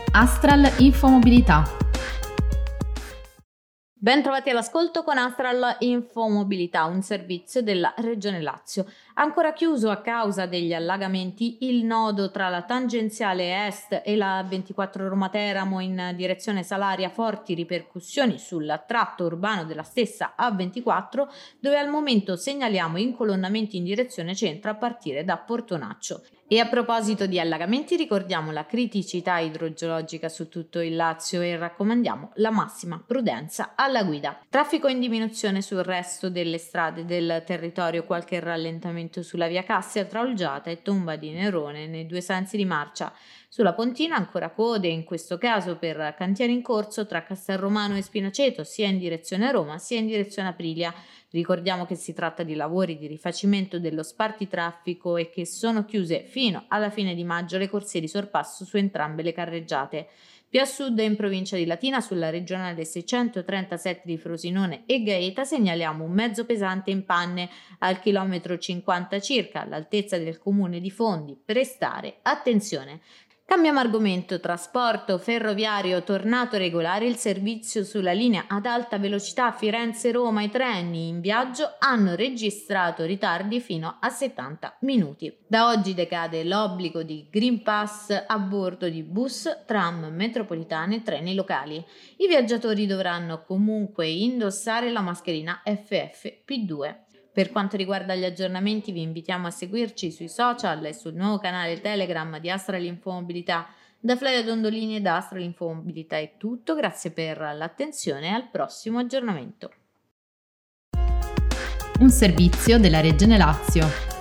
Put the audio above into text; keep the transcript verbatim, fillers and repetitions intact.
Astral Infomobilità. Ben trovati all'ascolto con Astral Infomobilità, un servizio della Regione Lazio. Ancora chiuso a causa degli allagamenti il nodo tra la tangenziale est e la ventiquattro Roma-Teramo in direzione Salaria, forti ripercussioni sul tratto urbano della stessa A ventiquattro, dove al momento segnaliamo incolonnamenti in direzione centro a partire da Portonaccio. E a proposito di allagamenti, ricordiamo la criticità idrogeologica su tutto il Lazio e raccomandiamo la massima prudenza alla guida. Traffico in diminuzione sul resto delle strade del territorio, qualche rallentamento sulla via Cassia tra Olgiata e Tomba di Nerone nei due sensi di marcia. Sulla Pontina ancora code, in questo caso per cantieri in corso tra Castelromano e Spinaceto, sia in direzione Roma sia in direzione Aprilia. Ricordiamo che si tratta di lavori di rifacimento dello spartitraffico e che sono chiuse fino alla fine di maggio le corsie di sorpasso su entrambe le carreggiate. Più a sud, in provincia di Latina, sulla regionale seicentotrentasette di Frosinone e Gaeta, segnaliamo un mezzo pesante in panne al chilometro cinquanta circa, all'altezza del comune di Fondi. Prestare attenzione. Cambiamo argomento: trasporto ferroviario tornato regolare il servizio sulla linea ad alta velocità Firenze-Roma. I treni in viaggio hanno registrato ritardi fino a settanta minuti. Da oggi decade l'obbligo di Green Pass a bordo di bus, tram, metropolitane e treni locali. I viaggiatori dovranno comunque indossare la mascherina F F P due. Per quanto riguarda gli aggiornamenti, vi invitiamo a seguirci sui social e sul nuovo canale Telegram di Astral Infomobilità. Da Flavia Dondolini e da Astral Infomobilità è tutto, grazie per l'attenzione e al prossimo aggiornamento. Un servizio della Regione Lazio.